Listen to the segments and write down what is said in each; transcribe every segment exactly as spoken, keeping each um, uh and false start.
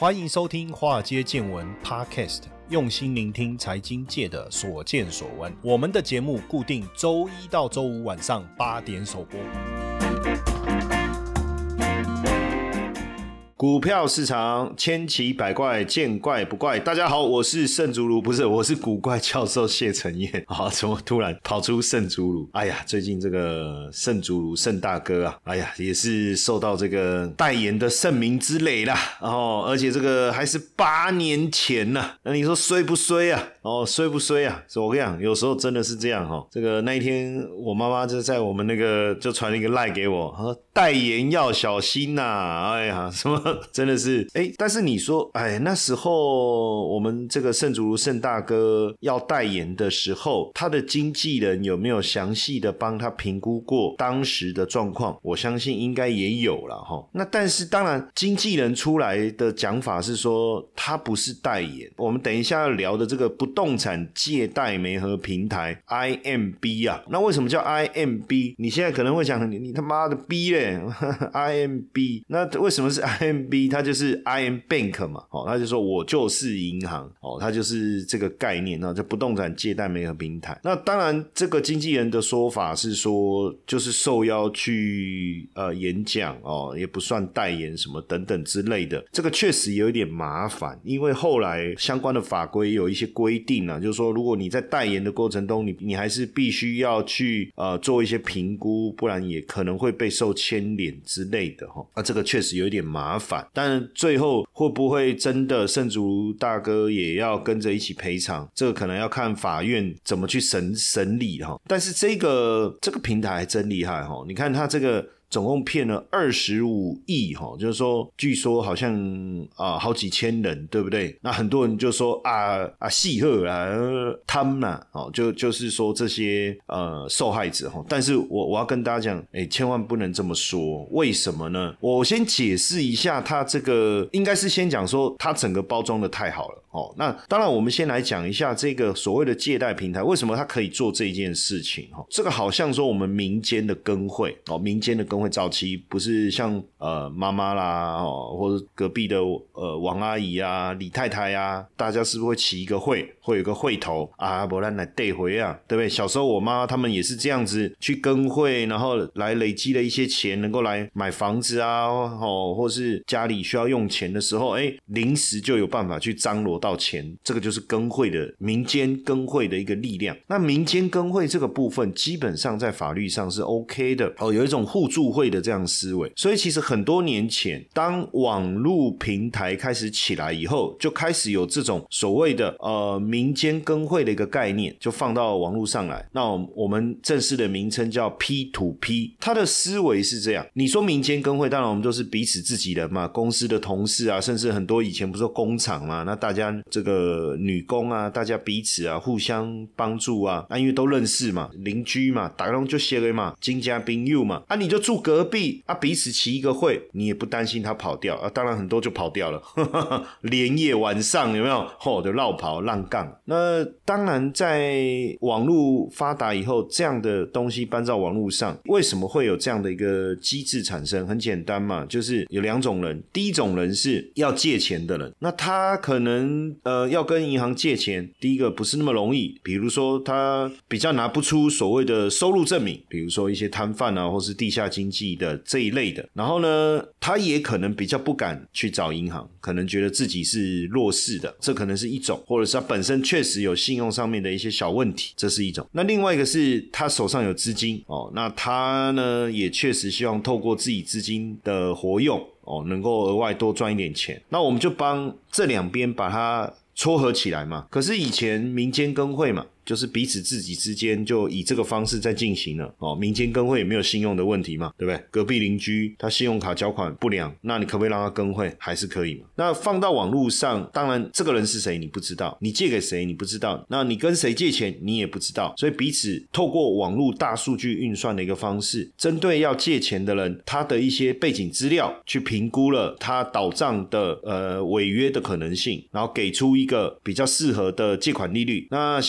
欢迎收听华尔街见闻 Podcast， 用心聆听财经界的所见所闻。我们的节目固定周一到周五晚上八点首播。股票市场千奇百怪，见怪不怪。大家好，我是圣竹如，不是，我是古怪教授谢承彦。啊，怎么突然跑出圣竹如？哎呀，最近这个圣竹如圣大哥啊，哎呀，也是受到这个代言的盛名之累啦。哦，而且这个还是八年前呐、啊，那你说衰不衰啊？哦，衰不衰啊？所以我跟你讲，有时候真的是这样哈、哦。这个那一天，我妈妈就在我们那个就传了一个 LINE 给我，她说代言要小心呐、啊。哎呀，什么？真的是诶，但是你说哎，那时候我们这个圣竹如圣大哥要代言的时候，他的经纪人有没有详细的帮他评估过当时的状况？我相信应该也有啦齁。那但是当然经纪人出来的讲法是说他不是代言。我们等一下要聊的这个不动产借贷媒合平台 I M B 啊，那为什么叫 I M B？ 你现在可能会想你, 你他妈的 B 嘞I M B， 那为什么是 I M B？它就是 I am Bank 嘛，哦，他就说我就是银行，哦，它就是这个概念啊，就不动产借贷媒合平台。那当然，这个经纪人的说法是说，就是受邀去呃演讲哦，也不算代言什么等等之类的。这个确实有一点麻烦，因为后来相关的法规有一些规定啊，就是说，如果你在代言的过程中，你你还是必须要去呃做一些评估，不然也可能会被受牵连之类的哈、哦。啊，这个确实有一点麻烦。但最后会不会真的圣竹如大哥也要跟着一起赔偿？这个可能要看法院怎么去审审理哈。但是这个这个平台还真厉害哈，你看他这个总共骗了二十五亿齁，就是说据说好像啊好几千人，对不对？那很多人就说啊啊戏鹤啊他们啊哦就就是说这些呃受害者齁，但是我我要跟大家讲，诶千万不能这么说。为什么呢？我先解释一下，他这个应该是先讲说他整个包装的太好了哦。那当然我们先来讲一下这个所谓的借贷平台为什么他可以做这件事情齁。这个好像说我们民间的工会哦，民间的工会会早期不是像呃妈妈啦哦，或者隔壁的呃王阿姨啊、李太太啊，大家是不是会起一个会，会有一个会头啊，不然来带回啊，对不对？小时候我妈他们也是这样子去跟会，然后来累积了一些钱，能够来买房子啊，哦，或是家里需要用钱的时候，哎，临时就有办法去张罗到钱，这个就是跟会的民间跟会的一个力量。那民间跟会这个部分，基本上在法律上是 OK 的哦，有一种互助会的这样思维。所以其实很多年前当网络平台开始起来以后，就开始有这种所谓的呃民间跟会的一个概念，就放到网络上来。那我们正式的名称叫 P to P， 它的思维是这样。你说民间跟会，当然我们都是彼此自己人嘛，公司的同事啊，甚至很多以前不是工厂嘛，那大家这个女工啊，大家彼此啊互相帮助啊，啊因为都认识嘛，邻居嘛，大家就写了嘛，亲戚朋友嘛，啊你就住隔壁啊，彼此起一个会，你也不担心他跑掉啊。当然很多就跑掉了，呵呵呵连夜晚上有没有吼就绕跑浪杠。那当然在网络发达以后，这样的东西搬到网络上，为什么会有这样的一个机制产生？很简单嘛，就是有两种人。第一种人是要借钱的人，那他可能呃要跟银行借钱，第一个不是那么容易，比如说他比较拿不出所谓的收入证明，比如说一些摊贩啊，或是地下经济的这一类的。然后呢，他也可能比较不敢去找银行，可能觉得自己是弱势的，这可能是一种，或者是他本身确实有信用上面的一些小问题，这是一种。那另外一个是他手上有资金哦，那他呢也确实希望透过自己资金的活用哦，能够额外多赚一点钱。那我们就帮这两边把它撮合起来嘛。可是以前民间跟会嘛，就是彼此自己之间就以这个方式在进行了哦。民间跟会也没有信用的问题嘛，对不对？隔壁邻居他信用卡缴款不良，那你可不可以让他跟会？还是可以嘛。那放到网络上，当然这个人是谁你不知道，你借给谁你不知道，那你跟谁借钱你也不知道，所以彼此透过网络大数据运算的一个方式，针对要借钱的人他的一些背景资料去评估了他倒账的呃违约的可能性，然后给出一个比较适合的借款利率。那想要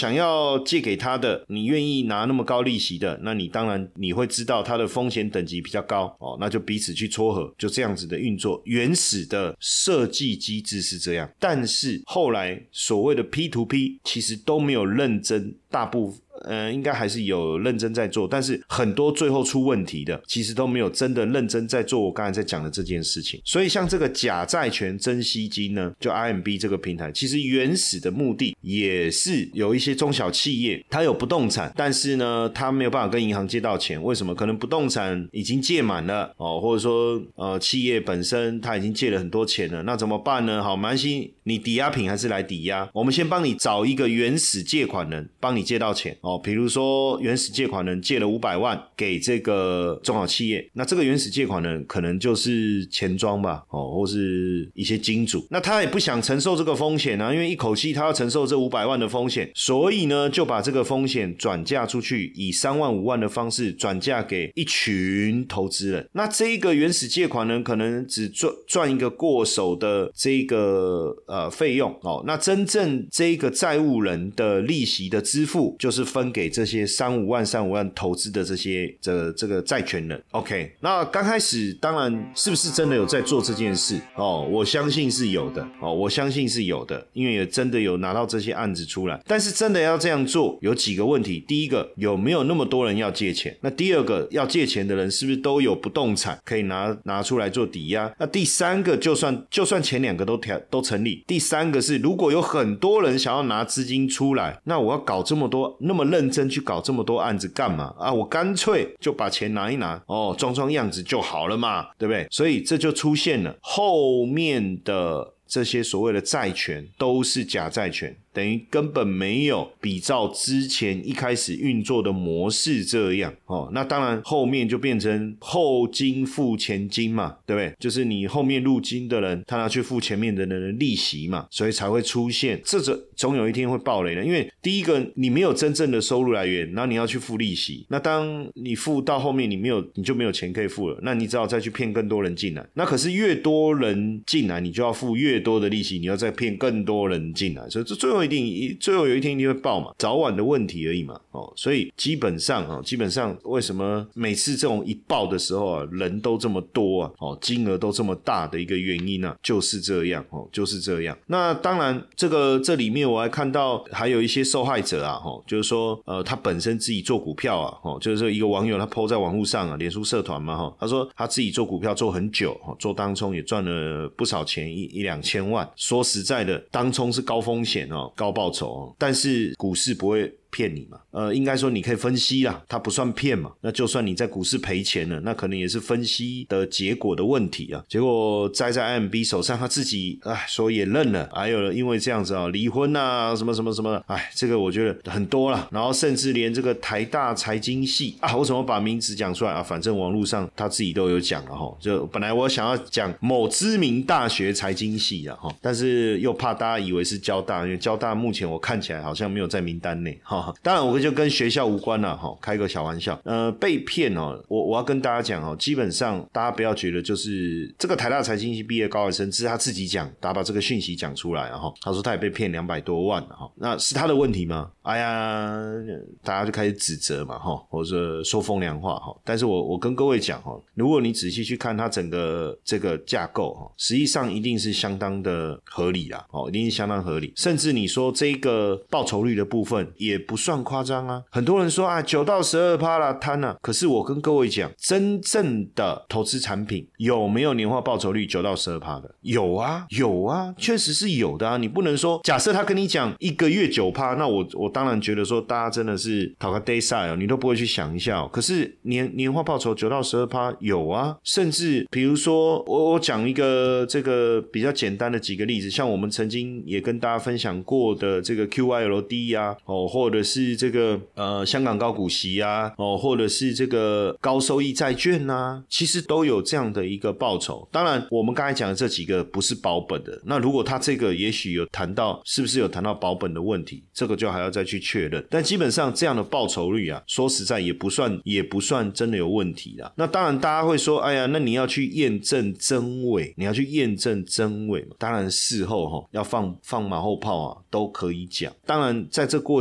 要借给他的，你愿意拿那么高利息的，那你当然你会知道他的风险等级比较高哦，那就彼此去撮合，就这样子的运作。原始的设计机制是这样，但是后来所谓的 P to P 其实都没有认真，大部分呃，应该还是有认真在做，但是很多最后出问题的，其实都没有真的认真在做我刚才在讲的这件事情。所以像这个假债权珍稀金呢，就 I M B 这个平台，其实原始的目的也是有一些中小企业，它有不动产，但是呢，它没有办法跟银行借到钱，为什么？可能不动产已经借满了哦，或者说呃，企业本身它已经借了很多钱了，那怎么办呢？好，没关系，你抵押品还是来抵押，我们先帮你找一个原始借款人，帮你借到钱哦。比如说原始借款人借了五百万给这个中小企业，那这个原始借款人可能就是钱庄吧，哦，或是一些金主，那他也不想承受这个风险啊，因为一口气他要承受这五百万的风险，所以呢就把这个风险转嫁出去，以三万五万的方式转嫁给一群投资人。那这个原始借款人可能只赚赚一个过手的这个呃费用哦，那真正这个债务人的利息的支付就是分给这些三五万三五万投资的这些这这个债权人。 OK， 那刚开始当然是不是真的有在做这件事哦？我相信是有的哦，我相信是有的，因为也真的有拿到这些案子出来。但是真的要这样做有几个问题，第一个，有没有那么多人要借钱？那第二个，要借钱的人是不是都有不动产可以拿拿出来做抵押？那第三个，就算就算前两个都都成立，第三个是如果有很多人想要拿资金出来，那我要搞这么多那么认真去搞这么多案子干嘛啊？我干脆就把钱拿一拿哦，装装样子就好了嘛，对不对？所以这就出现了后面的这些所谓的债权都是假债权，等于根本没有比照之前一开始运作的模式这样哦。那当然后面就变成后金付前金嘛，对不对？就是你后面入金的人他拿去付前面的人的利息嘛，所以才会出现这种总有一天会爆雷的。因为第一个你没有真正的收入来源，然后你要去付利息，那当你付到后面你没有你就没有钱可以付了，那你只好再去骗更多人进来，那可是越多人进来你就要付越多的利息，你要再骗更多人进来，所以这最后一定最后有一天一定会爆嘛，早晚的问题而已嘛。哦，所以基本上啊，基本上为什么每次这种一爆的时候啊，人都这么多啊，哦，金额都这么大的一个原因啊，就是这样哦，就是这样。那当然，这个这里面我还看到还有一些受害者啊，哦，就是说呃，他本身自己做股票啊，哦，就是说一个网友他 po 在网络上啊，脸书社团嘛，哈，他说他自己做股票做很久，做当冲也赚了不少钱，一一两千万。说实在的，当冲是高风险哦，高报酬哦，但是股市不会骗你嘛，呃，应该说你可以分析啦，它不算骗嘛。那就算你在股市赔钱了，那可能也是分析的结果的问题啊。结果栽在 I M B 手上，他自己哎说也认了，还有因为这样子啊离婚啊什么什么什么的，哎，这个我觉得很多啦。然后甚至连这个台大财经系啊，我怎么把名字讲出来啊？反正网络上他自己都有讲了哈。就本来我想要讲某知名大学财经系啊哈，但是又怕大家以为是交大，因为交大目前我看起来好像没有在名单内哈。当然我就跟学校无关啦，开个小玩笑。呃，被骗哦，我我要跟大家讲哦，基本上大家不要觉得就是这个台大财经系毕业高材生是他自己讲，大家把这个讯息讲出来哈，他说他也被骗两百多万哈，那是他的问题吗？哎呀，大家就开始指责嘛哈，或者说风凉话哈。但是我我跟各位讲哈，如果你仔细去看他整个这个架构哈，实际上一定是相当的合理啦，哦，一定是相当合理。甚至你说这个报酬率的部分也不算夸张啊，很多人说啊九到十二趴啦贪啊，可是我跟各位讲，真正的投资产品有没有年化报酬率九到十二趴的？有啊，有啊，确实是有的啊。你不能说假设他跟你讲一个月九趴，那我我当然觉得说大家真的是讨个 day side 哦，你都不会去想一下哦。可是年年化报酬九到十二趴有啊，甚至比如说我我讲一个这个比较简单的几个例子，像我们曾经也跟大家分享过的这个 Q Y L D 啊，哦，或者是这个呃香港高股息啊，哦，或者是这个高收益债券啊，其实都有这样的一个报酬。当然我们刚才讲的这几个不是保本的，那如果他这个也许有谈到是不是有谈到保本的问题，这个就还要再去确认。但基本上这样的报酬率啊，说实在也不算也不算真的有问题啦。那当然大家会说，哎呀，那你要去验证真伪，你要去验证真伪嘛。当然事后齁要放放马后炮啊都可以讲。当然在这过程中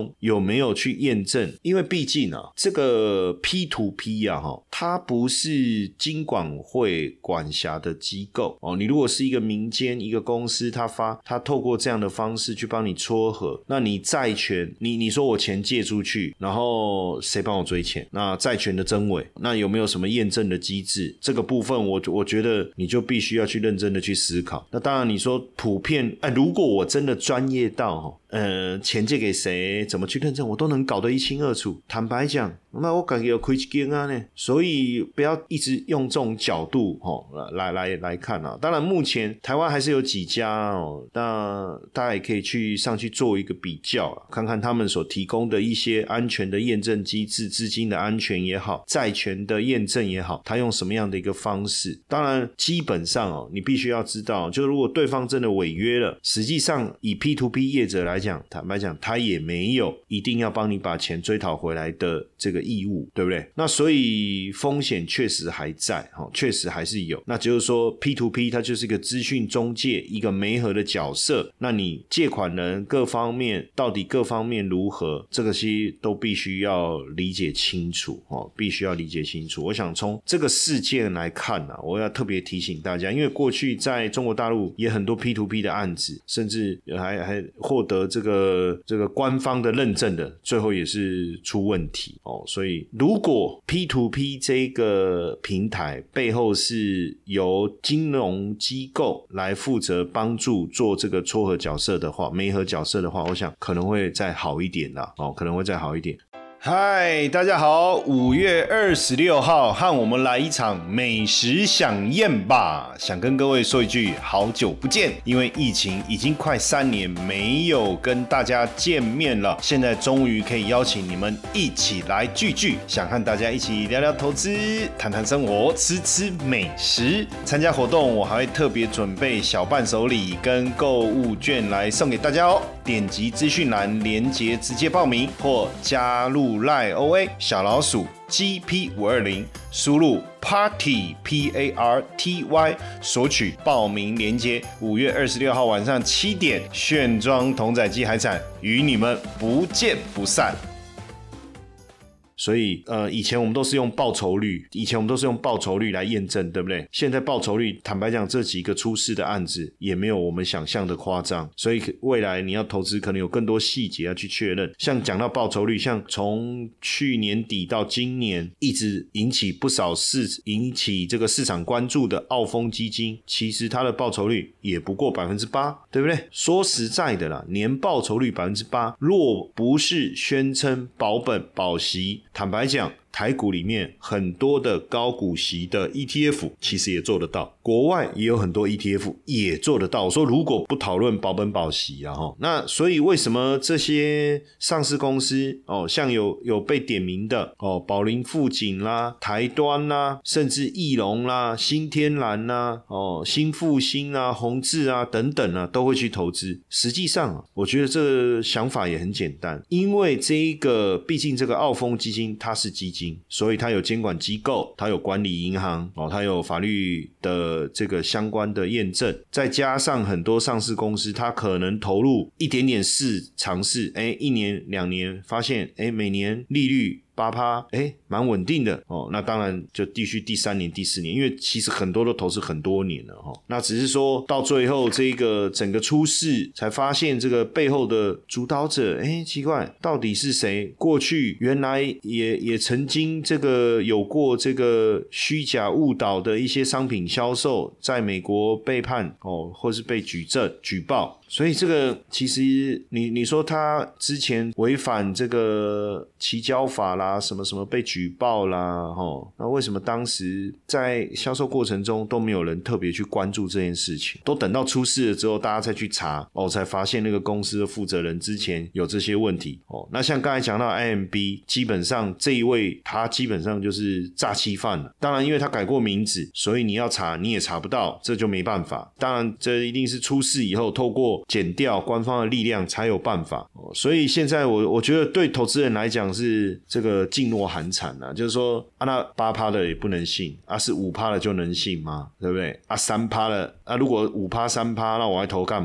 中有没有去验证？因为毕竟啊，这个 P to P 啊，它不是金管会管辖的机构哦。你如果是一个民间一个公司，它发它透过这样的方式去帮你撮合，那你债权，你你说我钱借出去，然后谁帮我追钱？那债权的真伪，那有没有什么验证的机制？这个部分我我觉得你就必须要去认真的去思考。那当然你说普遍，哎，如果我真的专业到呃，钱借给谁，怎么去认证，我都能搞得一清二楚。坦白讲，那我自己有亏一间啊呢，所以不要一直用这种角度哦来来来看啊。当然，目前台湾还是有几家哦，那大家也可以去上去做一个比较啊，看看他们所提供的一些安全的验证机制，资金的安全也好，债权的验证也好，他用什么样的一个方式？当然，基本上哦，你必须要知道，就如果对方真的违约了，实际上以 P to P 业者来讲，坦白讲，他也没有一定要帮你把钱追讨回来的这个义务，对不对？那所以风险确实还在，确实还是有。那就是说 P to P 它就是一个资讯中介，一个媒合的角色。那你借款人各方面到底各方面如何，这个些都必须要理解清楚，必须要理解清楚。我想从这个事件来看啊，我要特别提醒大家，因为过去在中国大陆也很多 P to P 的案子，甚至还还获得这个这个官方的认证的，最后也是出问题哦。所以如果 P to P 这个平台背后是由金融机构来负责帮助做这个撮合角色的话，媒合角色的话，我想可能会再好一点啦，哦，可能会再好一点。嗨，大家好，五月二十六号和我们来一场美食飨宴吧。想跟各位说一句好久不见，因为疫情已经快三年没有跟大家见面了，现在终于可以邀请你们一起来聚聚，想和大家一起聊聊投资，谈谈生活，吃吃美食。参加活动我还会特别准备小伴手礼跟购物券来送给大家哦。点击资讯栏连结直接报名，或加入 LINE O A 小老鼠 G P 五二零， 输入 Party P A R T Y 索取报名连结。五月二十六号晚上七点，炫装同载机海产与你们不见不散。所以呃，以前我们都是用报酬率，以前我们都是用报酬率来验证，对不对？现在报酬率，坦白讲，这几个出事的案子也没有我们想象的夸张，所以未来你要投资，可能有更多细节要去确认。像讲到报酬率，像从去年底到今年，一直引起不少市引起这个市场关注的澳丰基金，其实它的报酬率也不过 百分之八， 对不对？说实在的啦，年报酬率 百分之八， 若不是宣称保本保息，坦白讲，台股里面很多的高股息的 E T F 其实也做得到，国外也有很多 E T F 也做得到。我说如果不讨论保本保息啊，那所以为什么这些上市公司哦，像有有被点名的哦，宝林富锦啦、台端啦，甚至义隆啦、新天然啦、哦新复兴啊、宏志啊等等啊，都会去投资。实际上啊，我觉得这个想法也很简单，因为这一个毕竟这个澳丰基金它是基金，所以它有监管机构，它有管理银行哦，它有法律的这个相关的验证，再加上很多上市公司，它可能投入一点点试尝试，哎，一年两年发现，哎，每年利率百分之八，诶蛮稳定的哦。那当然就继续第三年第四年，因为其实很多都投资很多年了哦。那只是说到最后这个整个出事才发现这个背后的主导者，诶奇怪到底是谁？过去原来也也曾经这个有过这个虚假误导的一些商品销售在美国被判哦，或是被举证举报。所以这个其实你你说他之前违反这个期交法啦，什么什么被举报啦，齁，那为什么当时在销售过程中都没有人特别去关注这件事情？都等到出事了之后，大家再去查哦，才发现那个公司的负责人之前有这些问题哦。那像刚才讲到 I M B， 基本上这一位他基本上就是诈欺犯了。当然，因为他改过名字，所以你要查你也查不到，这就没办法。当然，这一定是出事以后透过减掉官方的力量才有办法、哦、所以现在我我觉得对投资人来讲是这个噤若寒蝉啊，就是说啊，那 百分之八 的也不能信啊，是 百分之五 的就能信吗？对不对啊？ 百分之三 的啊，如果 百分之五 百分之三 那我还投干嘛？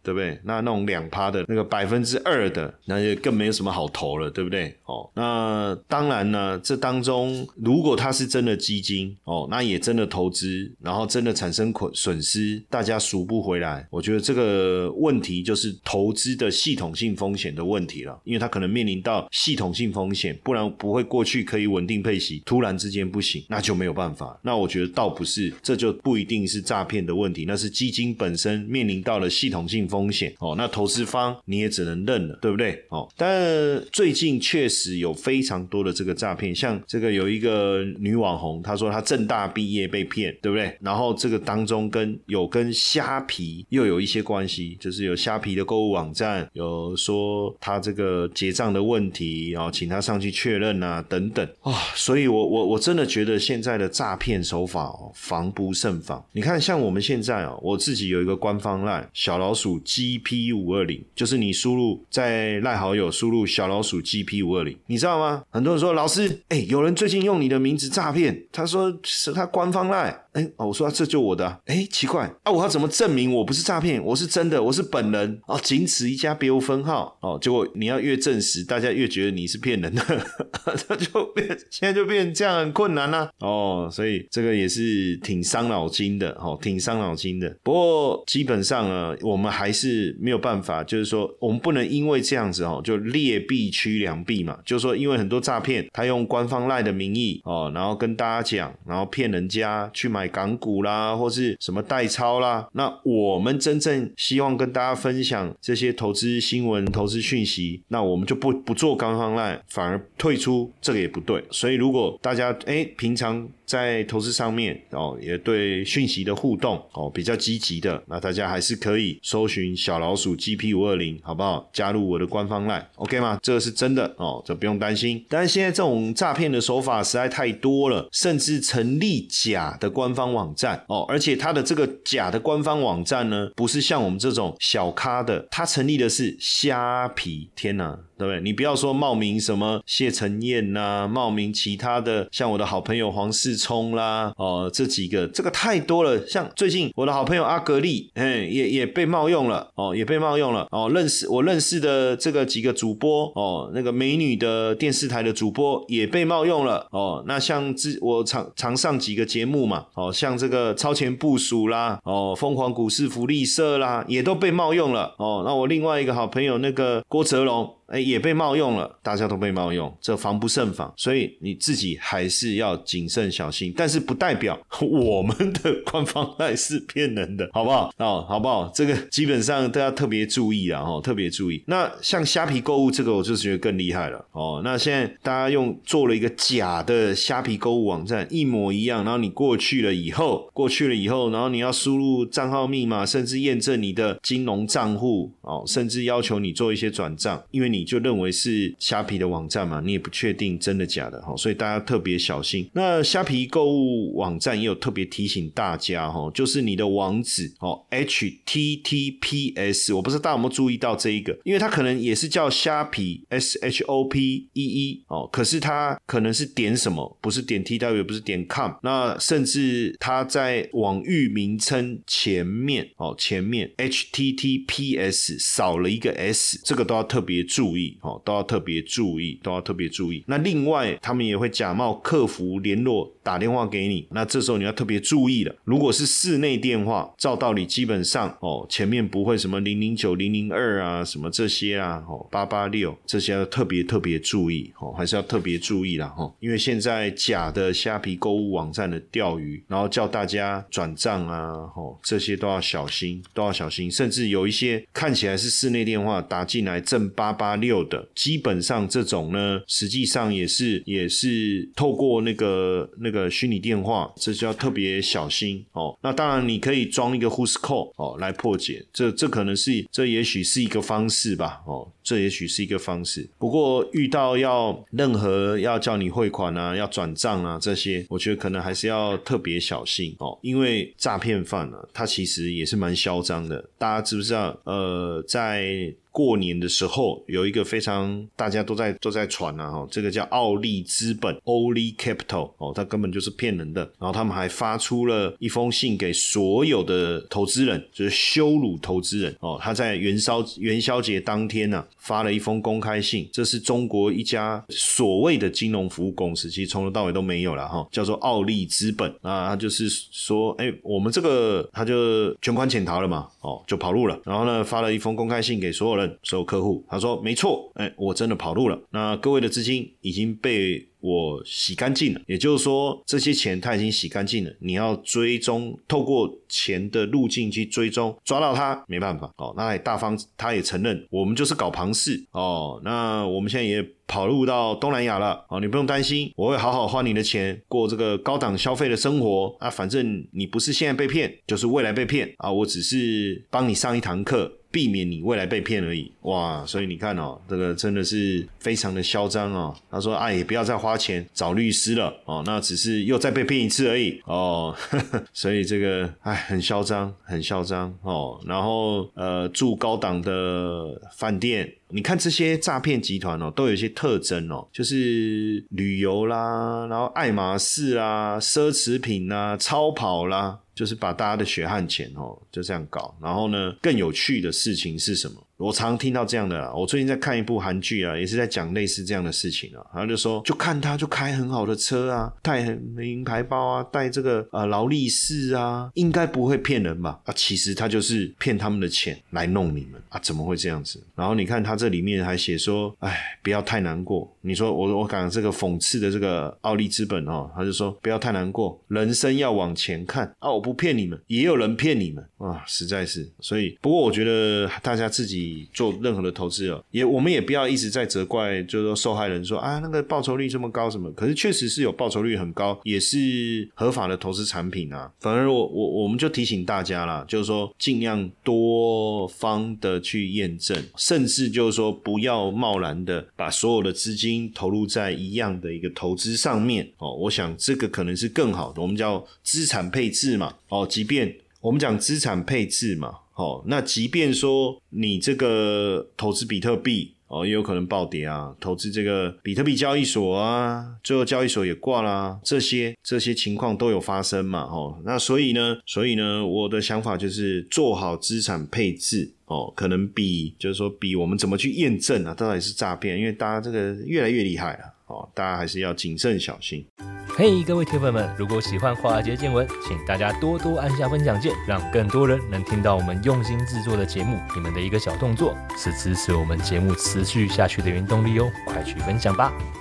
对不对？那那种两趴的那个百分之二的，那就更没有什么好投了，对不对？哦，那当然呢，这当中如果它是真的基金哦，那也真的投资，然后真的产生损失，大家赎不回来，我觉得这个问题就是投资的系统性风险的问题了，因为它可能面临到系统性风险，不然不会过去可以稳定配息，突然之间不行，那就没有办法。那我觉得倒不是，这就不一定是诈骗的问题，那是基金本身面临到了系统性风险哦，那投资方你也只能认了，对不对？哦，但最近确实有非常多的这个诈骗，像这个有一个女网红，她说她政大毕业被骗，对不对？然后这个当中跟有跟虾皮又有一些关系，就是有虾皮的购物网站有说她这个结账的问题，然后请她上去确认啊等等啊、哦，所以我我我真的觉得现在的诈骗手法哦，防不胜防。你看，像我们现在哦，我自己有一个官方 LINE 小老鼠 G P 五二零，就是你输入在 LINE 好友输入小老鼠 G P 五二零，你知道吗？很多人说老师，哎，有人最近用你的名字诈骗，他说是他官方 LINE。哎，我说、啊、这就我的啊，哎，奇怪啊，我要怎么证明我不是诈骗，我是真的，我是本人哦，仅此一家，别无分号哦。结果你要越证实，大家越觉得你是骗人的，他就变现在就变成这样很困难啦、啊、哦，所以这个也是挺伤脑筋的哦，挺伤脑筋的。不过基本上呢，我们还是没有办法，就是说我们不能因为这样子哦，就劣币驱良币嘛，就是说因为很多诈骗，他用官方 LINE 的名义哦，然后跟大家讲，然后骗人家去买港股啦，或是什么代抄啦。那我们真正希望跟大家分享这些投资新闻、投资讯息，那我们就不不做官方 LINE， 反而退出，这个也不对。所以如果大家哎平常在投资上面哦，也对讯息的互动哦比较积极的，那大家还是可以搜寻小老鼠 G P 五二零， 好不好？加入我的官方 LINE OK 吗？这个是真的哦，这不用担心。但是现在这种诈骗的手法实在太多了，甚至成立假的官方网站哦，而且它的这个假的官方网站呢，不是像我们这种小咖的，它成立的是虾皮，天哪，对不对？你不要说冒名什么谢承彦啦，冒名其他的，像我的好朋友黄世聪啦，哦，这几个这个太多了。像最近我的好朋友阿格力，哎，也也被冒用了哦，也被冒用了哦。认识我认识的这个几个主播哦，那个美女的电视台的主播也被冒用了哦。那像之我常常上几个节目嘛，哦，像这个超前部署啦，哦，疯狂股市福利社啦，也都被冒用了哦。那我另外一个好朋友那个郭哲龙。哎，也被冒用了，大家都被冒用，这防不胜防，所以你自己还是要谨慎小心。但是不代表我们的官方LINE是骗人的，好不好？哦，好不好？这个基本上都要特别注意啊，哦，特别注意。那像虾皮购物这个，我就觉得更厉害了哦。那现在大家用做了一个假的虾皮购物网站，一模一样，然后你过去了以后，过去了以后，然后你要输入账号密码，甚至验证你的金融账户哦，甚至要求你做一些转账，因为你你就认为是虾皮的网站嘛，你也不确定真的假的，所以大家特别小心。那虾皮购物网站也有特别提醒大家，就是你的网址 H T T P S， 我不知道大家有没有注意到这一个，因为它可能也是叫虾皮 S H O P E E， 可是它可能是点什么，不是点 T W， 不是点 com， 那甚至它在网域名称前面前面 H T T P S 少了一个 S， 这个都要特别注意注意、哦、都要特别注意都要特别注意。那另外他们也会假冒客服联络打电话给你，那这时候你要特别注意了。如果是室内电话，照道理基本上哦，前面不会什么零零九零零二啊什么这些啊哦八八六这些要特别特别注意哦，还是要特别注意啦哦，因为现在假的虾皮购物网站的钓鱼，然后叫大家转账啊哦，这些都要小心都要小心，甚至有一些看起来是室内电话打进来正八八六的，基本上这种呢实际上也是也是透过那个那个虚拟电话，这就要特别小心哦。那当然你可以装一个 Who's Call 哦来破解，这这可能是这也许是一个方式吧哦，这也许是一个方式。不过遇到要任何要叫你汇款啊要转账啊这些，我觉得可能还是要特别小心哦，因为诈骗犯啊他其实也是蛮嚣张的。大家知不知道呃在过年的时候有一个非常大家都在都在传啊、哦、这个叫奥利资本 Oli Capital 哦，它根本就是骗人的。然后他们还发出了一封信给所有的投资人，就是羞辱投资人哦。他在元宵元宵节当天啊发了一封公开信，这是中国一家所谓的金融服务公司，其实从头到尾都没有啦、哦、叫做奥利资本啊。他就是说哎，我们这个他就卷款潜逃了嘛，哦，就跑路了。然后呢发了一封公开信给所有人所有客户，他说没错，哎，我真的跑路了，那各位的资金已经被我洗干净了，也就是说这些钱他已经洗干净了，你要追踪，透过钱的路径去追踪，抓到他没办法哦。那大方他也承认我们就是搞庞氏哦，那我们现在也跑路到东南亚了哦，你不用担心，我会好好花你的钱，过这个高档消费的生活啊，反正你不是现在被骗就是未来被骗啊，我只是帮你上一堂课，避免你未来被骗而已。哇，所以你看哦，这个真的是非常的嚣张哦。他说哎，也不要再花钱找律师了哦，那只是又再被骗一次而已哦呵呵，所以这个哎很嚣张很嚣张哦。然后呃住高档的饭店，你看这些诈骗集团哦都有一些特征哦，就是旅游啦，然后爱马仕啦，奢侈品啦，超跑啦，就是把大家的血汗钱哦就这样搞。然后呢更有趣的事情是什么？我常听到这样的啦，我最近在看一部韩剧啊，也是在讲类似这样的事情啊。然后就说就看他就开很好的车啊，带很名牌包啊，带这个呃劳力士啊，应该不会骗人吧？啊，其实他就是骗他们的钱来弄你们啊，怎么会这样子？然后你看他这里面还写说哎，不要太难过。你说我我讲这个讽刺的这个奥利资本哦，他就说不要太难过，人生要往前看啊，我不骗你们，也有人骗你们啊，实在是。所以不过我觉得大家自己做任何的投资哦，也我们也不要一直在责怪，就是说受害人说啊那个报酬率这么高什么，可是确实是有报酬率很高，也是合法的投资产品啊。反而我我我们就提醒大家啦，就是说尽量多方的去验证，甚至就是说不要贸然的把所有的资金投入在一样的一个投资上面哦。我想这个可能是更好的，我们叫资产配置嘛哦，即便我们讲资产配置嘛哦，那即便说你这个投资比特币哦，也有可能暴跌啊，投资这个比特币交易所啊，最后交易所也挂啦，这些这些情况都有发生嘛哦。那所以呢所以呢我的想法就是做好资产配置哦，可能比就是说比我们怎么去验证啊到底是诈骗，因为大家这个越来越厉害了哦，大家还是要谨慎小心。 嘿、hey, 各位铁粉们，如果喜欢华尔街见闻，请大家多多按下分享键，让更多人能听到我们用心制作的节目。你们的一个小动作是支持我们节目持续下去的原动力哦，快去分享吧。